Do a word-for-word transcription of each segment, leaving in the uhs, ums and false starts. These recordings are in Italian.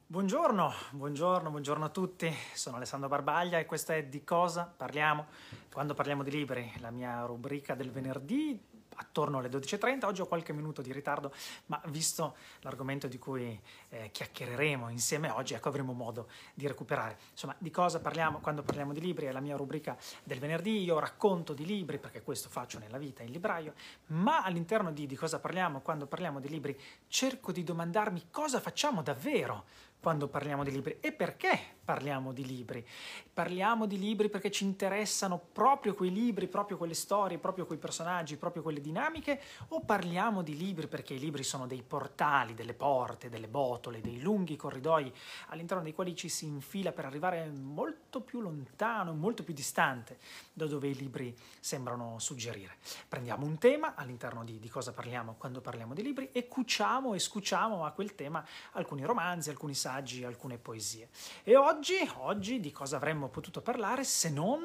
Buongiorno, buongiorno, buongiorno a tutti, sono Alessandro Barbaglia e questa è Di cosa parliamo quando parliamo di libri, la mia rubrica del venerdì attorno alle dodici e trenta. Oggi ho qualche minuto di ritardo, ma visto l'argomento di cui eh, chiacchiereremo insieme oggi, ecco, avremo modo di recuperare. Insomma, di cosa parliamo quando parliamo di libri è la mia rubrica del venerdì. Io racconto di libri perché questo faccio nella vita in libraio, ma all'interno di di cosa parliamo quando parliamo di libri cerco di domandarmi cosa facciamo davvero quando parliamo di libri e perché parliamo di libri. Parliamo di libri perché ci interessano proprio quei libri, proprio quelle storie, proprio quei personaggi, proprio quelle dinamiche, o parliamo di libri perché i libri sono dei portali, delle porte, delle botole, dei lunghi corridoi all'interno dei quali ci si infila per arrivare molto più lontano, molto più distante da dove i libri sembrano suggerire. Prendiamo un tema all'interno di, di cosa parliamo quando parliamo di libri e cuciamo e scuciamo a quel tema alcuni romanzi, alcuni saggi, alcune poesie. E oggi, oggi di cosa avremmo potuto parlare se non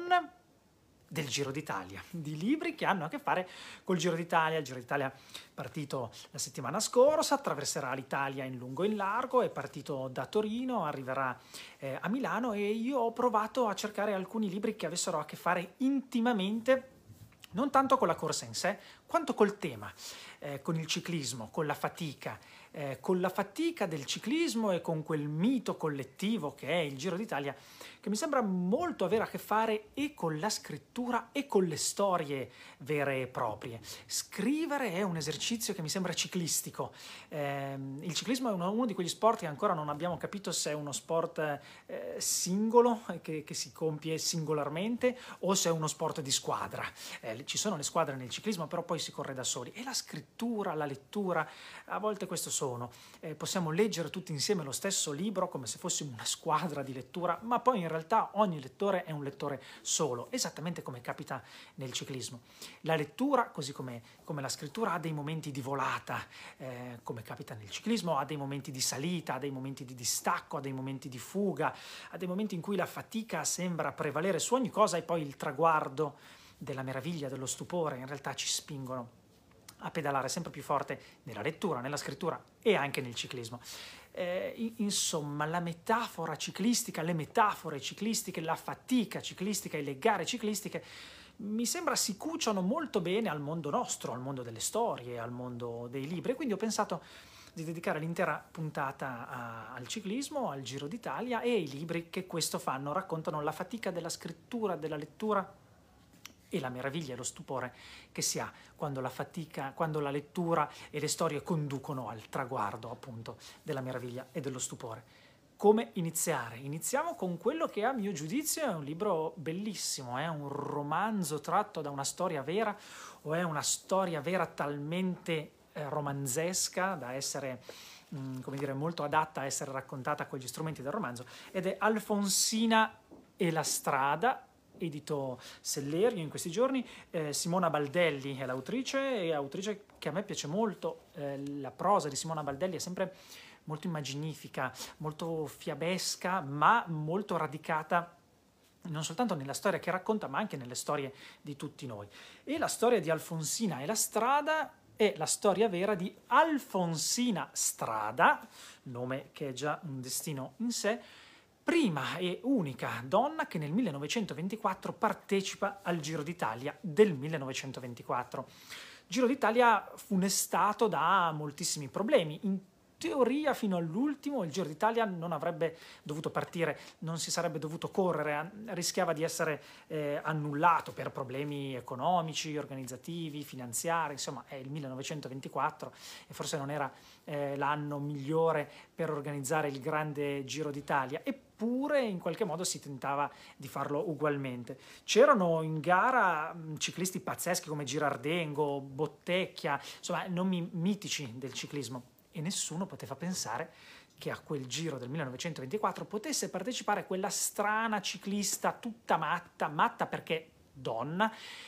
del Giro d'Italia, di libri che hanno a che fare col Giro d'Italia. Il Giro d'Italia partito la settimana scorsa, attraverserà l'Italia in lungo e in largo, è partito da Torino, arriverà eh, a Milano e io ho provato a cercare alcuni libri che avessero a che fare intimamente non tanto con la corsa in sé, quanto col tema, eh, con il ciclismo, con la fatica, eh, con la fatica del ciclismo e con quel mito collettivo che è il Giro d'Italia, che mi sembra molto avere a che fare e con la scrittura e con le storie vere e proprie. Scrivere è un esercizio che mi sembra ciclistico. Eh, il ciclismo è uno, uno di quegli sport che ancora non abbiamo capito se è uno sport eh, singolo, che, che si compie singolarmente, o se è uno sport di squadra. Eh, ci sono le squadre nel ciclismo, però poi si corre da soli. E la scrittura, la lettura, a volte questo sono. Eh, possiamo leggere tutti insieme lo stesso libro come se fossimo una squadra di lettura, ma poi in realtà ogni lettore è un lettore solo, esattamente come capita nel ciclismo. La lettura, così come, come la scrittura, ha dei momenti di volata, eh, come capita nel ciclismo, ha dei momenti di salita, ha dei momenti di distacco, ha dei momenti di fuga, ha dei momenti in cui la fatica sembra prevalere su ogni cosa e poi il traguardo della meraviglia, dello stupore, in realtà ci spingono a pedalare sempre più forte nella lettura, nella scrittura e anche nel ciclismo. Eh, insomma, la metafora ciclistica, le metafore ciclistiche, la fatica ciclistica e le gare ciclistiche mi sembra si cuciano molto bene al mondo nostro, al mondo delle storie, al mondo dei libri, e quindi ho pensato di dedicare l'intera puntata a, al ciclismo, al Giro d'Italia e ai libri che questo fanno, raccontano la fatica della scrittura, della lettura e la meraviglia e lo stupore che si ha quando la fatica, quando la lettura e le storie conducono al traguardo, appunto, della meraviglia e dello stupore. Come iniziare? Iniziamo con quello che a mio giudizio è un libro bellissimo, è un romanzo tratto da una storia vera o è una storia vera talmente eh, romanzesca da essere, mh, come dire, molto adatta a essere raccontata con gli strumenti del romanzo, ed è Alfonsina e la strada, edito Sellerio in questi giorni. eh, Simona Baldelli è l'autrice, e autrice che a me piace molto. Eh, la prosa di Simona Baldelli è sempre molto immaginifica, molto fiabesca, ma molto radicata non soltanto nella storia che racconta, ma anche nelle storie di tutti noi. E la storia di Alfonsina e la strada è la storia vera di Alfonsina Strada, nome che è già un destino in sé, prima e unica donna che nel millenovecentoventiquattro partecipa al Giro d'Italia del millenovecentoventiquattro. Giro d'Italia funestato da moltissimi problemi. In teoria fino all'ultimo il Giro d'Italia non avrebbe dovuto partire, non si sarebbe dovuto correre, rischiava di essere eh, annullato per problemi economici, organizzativi, finanziari. Insomma è il millenovecentoventiquattro e forse non era eh, l'anno migliore per organizzare il grande Giro d'Italia, eppure in qualche modo si tentava di farlo ugualmente. C'erano in gara ciclisti pazzeschi come Girardengo, Bottecchia, insomma nomi mitici del ciclismo, e nessuno poteva pensare che a quel Giro del millenovecentoventiquattro potesse partecipare quella strana ciclista tutta matta, matta perché donna,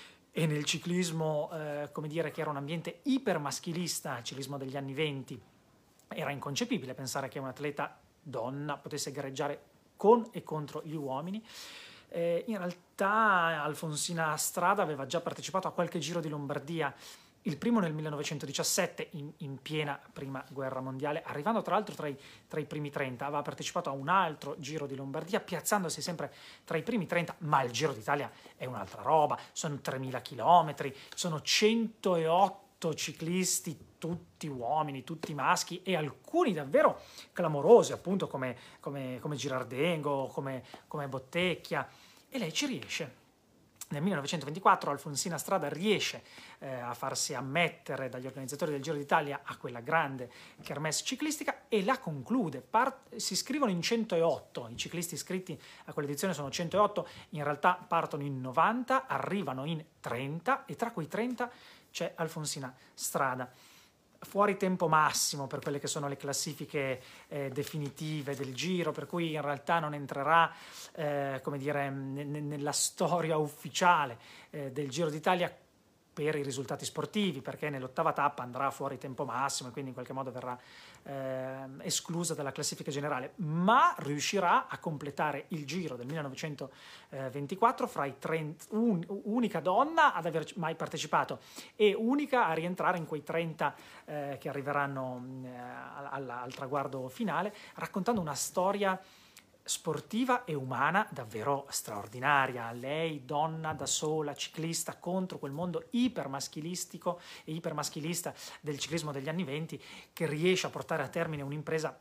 e nel ciclismo, eh, come dire, che era un ambiente ipermaschilista, il ciclismo degli anni venti, era inconcepibile pensare che un atleta donna potesse gareggiare con e contro gli uomini. Eh, in realtà Alfonsina Strada aveva già partecipato a qualche Giro di Lombardia il primo nel millenovecentodiciassette, in, in piena prima guerra mondiale, arrivando tra l'altro tra, tra i primi trenta, aveva partecipato a un altro Giro di Lombardia, piazzandosi sempre tra i primi trenta, ma il Giro d'Italia è un'altra roba, sono tremila chilometri, sono centootto ciclisti, tutti uomini, tutti maschi, e alcuni davvero clamorosi, appunto come, come, come Girardengo, come, come Bottecchia, e lei ci riesce. Nel millenovecentoventiquattro Alfonsina Strada riesce eh, a farsi ammettere dagli organizzatori del Giro d'Italia a quella grande kermesse ciclistica e la conclude. Part- si iscrivono in centootto, i ciclisti iscritti a quell'edizione sono centootto, in realtà partono in novanta, arrivano in trenta e tra quei trenta c'è Alfonsina Strada. Fuori tempo massimo per quelle che sono le classifiche eh, definitive del Giro, per cui in realtà non entrerà eh, come dire, n- nella storia ufficiale eh, del Giro d'Italia per i risultati sportivi, perché nell'ottava tappa andrà fuori tempo massimo e quindi in qualche modo verrà eh, esclusa dalla classifica generale, ma riuscirà a completare il Giro del millenovecentoventiquattro fra i trenta, un, unica donna ad aver mai partecipato e unica a rientrare in quei trenta eh, che arriveranno eh, al, al traguardo finale, raccontando una storia sportiva e umana davvero straordinaria. Lei, donna da sola, ciclista, contro quel mondo ipermaschilistico e ipermaschilista del ciclismo degli anni venti, che riesce a portare a termine un'impresa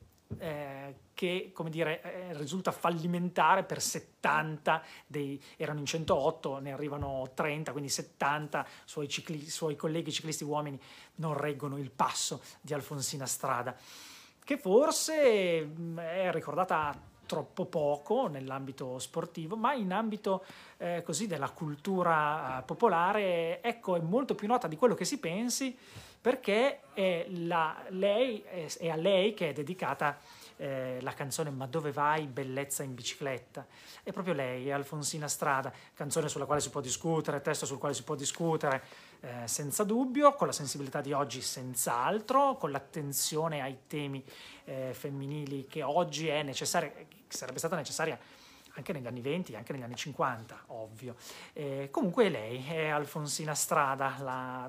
eh, che, come dire, eh, risulta fallimentare per settanta dei, erano in centootto, ne arrivano trenta, quindi settanta suoi, cicli, suoi colleghi ciclisti uomini non reggono il passo di Alfonsina Strada, che forse mh, è ricordata troppo poco nell'ambito sportivo, ma in ambito eh, così della cultura eh, popolare, ecco, è molto più nota di quello che si pensi, perché è, la, lei, è, è a lei che è dedicata eh, la canzone Ma dove vai, bellezza in bicicletta. È proprio lei, è Alfonsina Strada, canzone sulla quale si può discutere, testo sul quale si può discutere, eh, senza dubbio, con la sensibilità di oggi senz'altro, con l'attenzione ai temi eh, femminili che oggi è necessaria, che sarebbe stata necessaria anche negli anni venti, anche negli anni cinquanta, ovvio. Eh, comunque è lei, è Alfonsina Strada, la,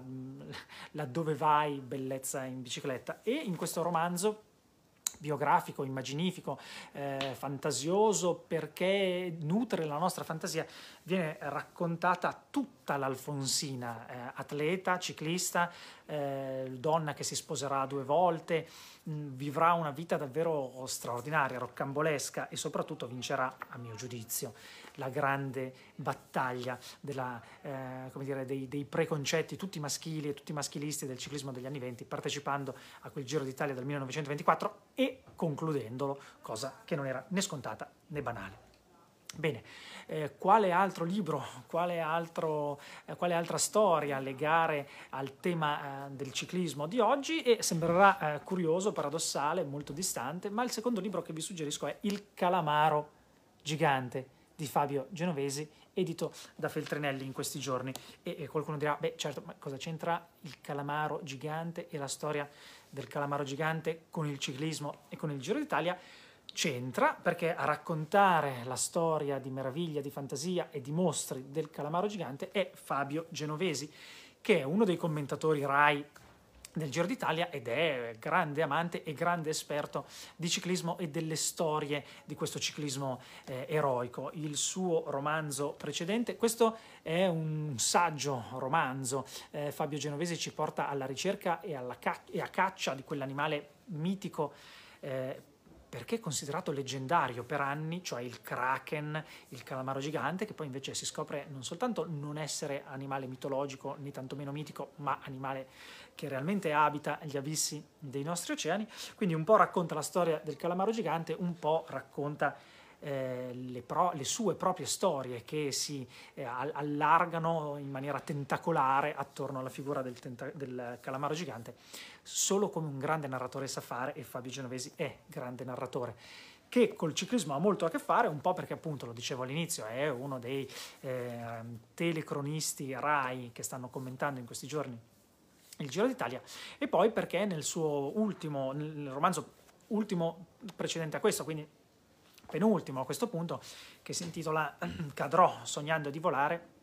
la Dove vai, bellezza in bicicletta, e in questo romanzo biografico, immaginifico, eh, fantasioso, perché nutre la nostra fantasia, viene raccontata tutta l'Alfonsina, eh, atleta, ciclista, eh, donna che si sposerà due volte, mh, vivrà una vita davvero straordinaria, roccambolesca, e soprattutto vincerà, a mio giudizio, la grande battaglia della, eh, come dire, dei, dei preconcetti tutti maschili e tutti maschilisti del ciclismo degli anni venti, partecipando a quel Giro d'Italia del millenovecentoventiquattro e concludendolo, cosa che non era né scontata né banale. Bene, eh, quale altro libro, quale, altro, eh, quale altra storia legare al tema eh, del ciclismo di oggi? E sembrerà eh, curioso, paradossale, molto distante, ma il secondo libro che vi suggerisco è Il calamaro gigante di Fabio Genovesi, edito da Feltrinelli in questi giorni. E, e qualcuno dirà, beh certo, ma cosa c'entra il calamaro gigante e la storia del calamaro gigante con il ciclismo e con il Giro d'Italia? C'entra, perché a raccontare la storia di meraviglia, di fantasia e di mostri del calamaro gigante è Fabio Genovesi, che è uno dei commentatori Rai del Giro d'Italia ed è grande amante e grande esperto di ciclismo e delle storie di questo ciclismo eh, eroico. Il suo romanzo precedente, questo è un saggio romanzo, eh, Fabio Genovesi ci porta alla ricerca e, alla ca- e a caccia di quell'animale mitico, eh, perché è considerato leggendario per anni, cioè il kraken, il calamaro gigante, che poi invece si scopre non soltanto non essere animale mitologico, né tantomeno mitico, ma animale che realmente abita gli abissi dei nostri oceani. Quindi un po' racconta la storia del calamaro gigante, un po' racconta eh, le, pro- le sue proprie storie, che si eh, allargano in maniera tentacolare attorno alla figura del, tenta- del calamaro gigante, solo come un grande narratore sa fare, e Fabio Genovesi è grande narratore, che col ciclismo ha molto a che fare, un po' perché, appunto, lo dicevo all'inizio, è uno dei eh, telecronisti Rai che stanno commentando in questi giorni il Giro d'Italia, e poi perché nel suo ultimo, nel romanzo ultimo precedente a questo, quindi penultimo a questo punto, che si intitola Cadrò sognando di volare,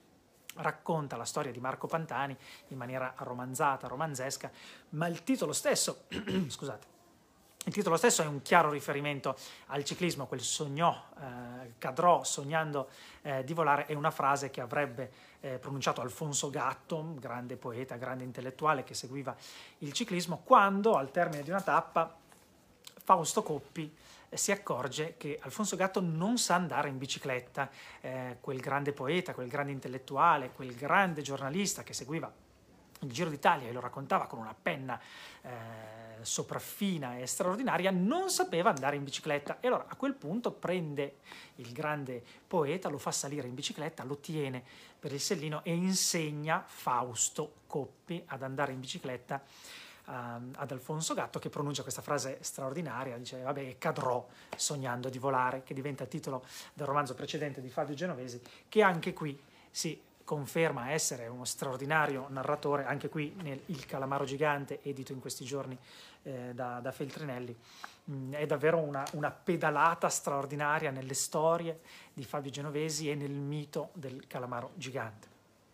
racconta la storia di Marco Pantani in maniera romanzata, romanzesca, ma il titolo stesso, scusate, il titolo stesso è un chiaro riferimento al ciclismo, quel sognò, eh, cadrò sognando eh, di volare, è una frase che avrebbe eh, pronunciato Alfonso Gatto, grande poeta, grande intellettuale che seguiva il ciclismo, quando al termine di una tappa Fausto Coppi eh, si accorge che Alfonso Gatto non sa andare in bicicletta, eh, quel grande poeta, quel grande intellettuale, quel grande giornalista che seguiva il Giro d'Italia e lo raccontava con una penna eh, sopraffina e straordinaria, non sapeva andare in bicicletta e allora a quel punto prende il grande poeta, lo fa salire in bicicletta, lo tiene per il sellino e insegna Fausto Coppi ad andare in bicicletta uh, ad Alfonso Gatto, che pronuncia questa frase straordinaria, dice vabbè cadrò sognando di volare, che diventa il titolo del romanzo precedente di Fabio Genovesi, che anche qui si conferma essere uno straordinario narratore, anche qui nel Il Calamaro Gigante, edito in questi giorni eh, da, da Feltrinelli. Mm, è davvero una, una pedalata straordinaria nelle storie di Fabio Genovesi e nel mito del Calamaro Gigante.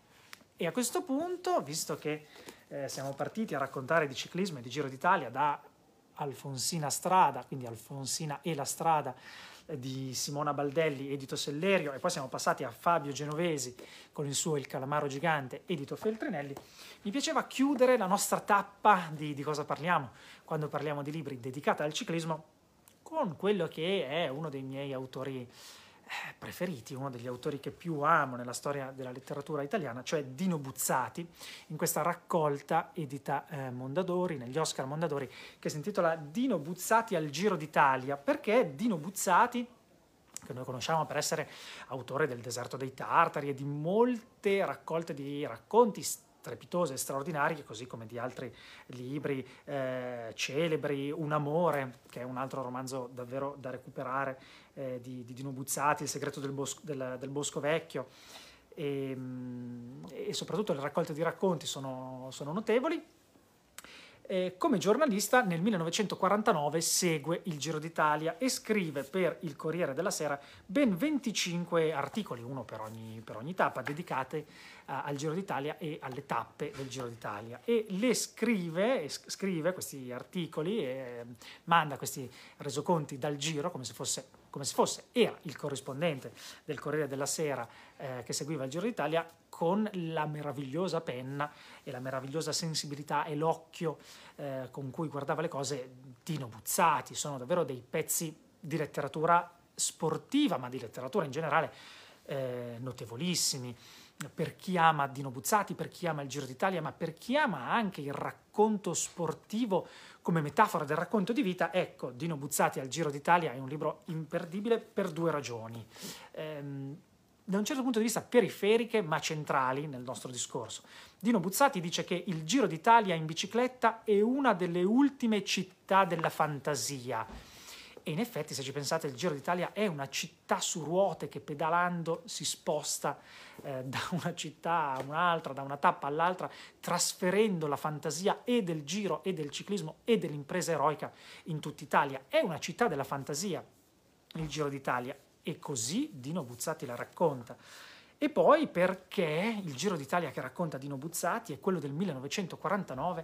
E a questo punto, visto che eh, siamo partiti a raccontare di ciclismo e di Giro d'Italia da Alfonsina Strada, quindi Alfonsina e la strada, di Simona Baldelli, edito Sellerio, e poi siamo passati a Fabio Genovesi con il suo Il Calamaro Gigante, edito Feltrinelli, mi piaceva chiudere la nostra tappa di, di cosa parliamo quando parliamo di libri dedicata al ciclismo con quello che è uno dei miei autori preferiti, uno degli autori che più amo nella storia della letteratura italiana, cioè Dino Buzzati, in questa raccolta edita eh, Mondadori, negli Oscar Mondadori, che si intitola Dino Buzzati al Giro d'Italia, perché Dino Buzzati, che noi conosciamo per essere autore del Deserto dei Tartari e di molte raccolte di racconti strepitose e straordinarie, così come di altri libri eh, celebri, Un amore, che è un altro romanzo davvero da recuperare, eh, di, di Dino Buzzati, Il segreto del bosco, del, del bosco vecchio, e, e soprattutto le raccolte di racconti sono, sono notevoli. Eh, come giornalista nel millenovecentoquarantanove segue il Giro d'Italia e scrive per il Corriere della Sera ben venticinque articoli, uno per ogni, per ogni tappa, dedicate uh, al Giro d'Italia e alle tappe del Giro d'Italia. E le scrive, e scrive questi articoli e manda questi resoconti dal Giro come se fosse, come se fosse era il corrispondente del Corriere della Sera eh, che seguiva il Giro d'Italia, con la meravigliosa penna e la meravigliosa sensibilità e l'occhio eh, con cui guardava le cose Dino Buzzati. Sono davvero dei pezzi di letteratura sportiva, ma di letteratura in generale, eh, notevolissimi. Per chi ama Dino Buzzati, per chi ama il Giro d'Italia, ma per chi ama anche il racconto sportivo come metafora del racconto di vita, ecco, Dino Buzzati al Giro d'Italia è un libro imperdibile per due ragioni. Ehm, da un certo punto di vista periferiche ma centrali nel nostro discorso. Dino Buzzati dice che il Giro d'Italia in bicicletta è una delle ultime città della fantasia. E in effetti, se ci pensate, il Giro d'Italia è una città su ruote che pedalando si sposta eh, da una città a un'altra, da una tappa all'altra, trasferendo la fantasia e del giro e del ciclismo e dell'impresa eroica in tutta Italia. È una città della fantasia, il Giro d'Italia. E così Dino Buzzati la racconta. E poi perché il Giro d'Italia che racconta Dino Buzzati è quello del millenovecentoquarantanove,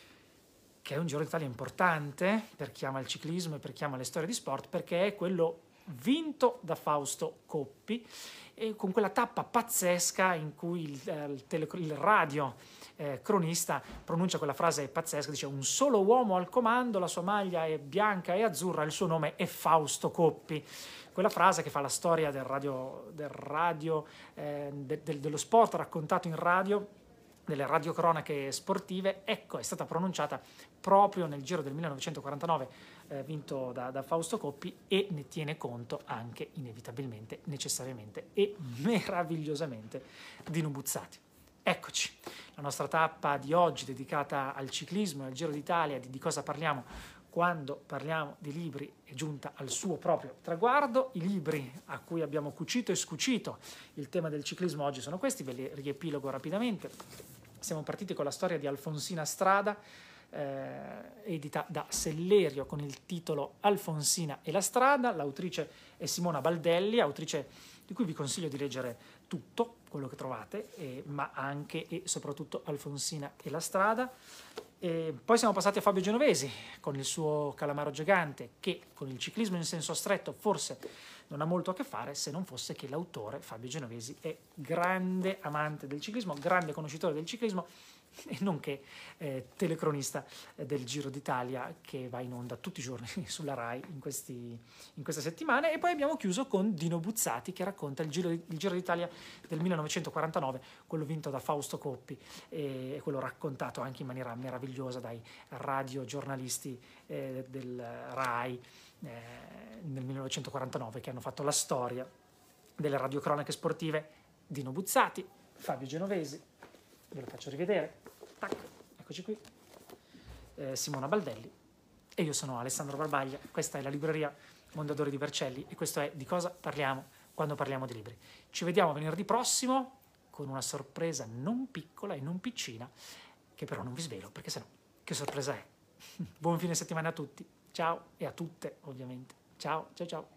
che è un Giro d'Italia importante per chi ama il ciclismo e per chi ama le storie di sport, perché è quello vinto da Fausto Coppi, e con quella tappa pazzesca in cui il, eh, il, tele, il radio eh, cronista pronuncia quella frase pazzesca, dice: un solo uomo al comando, la sua maglia è bianca e azzurra, il suo nome è Fausto Coppi. Quella frase che fa la storia del radio, del radio eh, de, de, dello sport raccontato in radio, delle radiocronache sportive, ecco, è stata pronunciata proprio nel Giro del millenovecentoquarantanove, eh, vinto da, da Fausto Coppi, e ne tiene conto anche inevitabilmente, necessariamente e meravigliosamente Dino Buzzati. Eccoci, la nostra tappa di oggi dedicata al ciclismo e al Giro d'Italia, di, di cosa parliamo quando parliamo di libri, è giunta al suo proprio traguardo. I libri a cui abbiamo cucito e scucito il tema del ciclismo oggi sono questi, ve li riepilogo rapidamente. Siamo partiti con la storia di Alfonsina Strada, eh, edita da Sellerio con il titolo Alfonsina e la strada. L'autrice è Simona Baldelli, autrice di cui vi consiglio di leggere tutto, quello che trovate, eh, ma anche e soprattutto Alfonsina e la strada. E poi siamo passati a Fabio Genovesi con il suo Calamaro Gigante, che con il ciclismo in senso stretto forse non ha molto a che fare, se non fosse che l'autore Fabio Genovesi è grande amante del ciclismo, grande conoscitore del ciclismo e nonché eh, telecronista eh, del Giro d'Italia, che va in onda tutti i giorni sulla Rai in, questi, in queste settimane. E poi abbiamo chiuso con Dino Buzzati, che racconta il Giro, il Giro d'Italia del millenovecentoquarantanove, quello vinto da Fausto Coppi e quello raccontato anche in maniera meravigliosa dai radiogiornalisti eh, del Rai eh, nel millenovecentoquarantanove, che hanno fatto la storia delle radiocronache sportive. Dino Buzzati, Fabio Genovesi, ve lo faccio rivedere, tac, eccoci qui, eh, Simona Baldelli, e io sono Alessandro Barbaglia. Questa è la libreria Mondadori di Vercelli e questo è Di cosa parliamo quando parliamo di libri. Ci vediamo venerdì prossimo con una sorpresa non piccola e non piccina, che però non vi svelo, perché sennò che sorpresa è. Buon fine settimana a tutti, ciao, e a tutte ovviamente, ciao ciao ciao.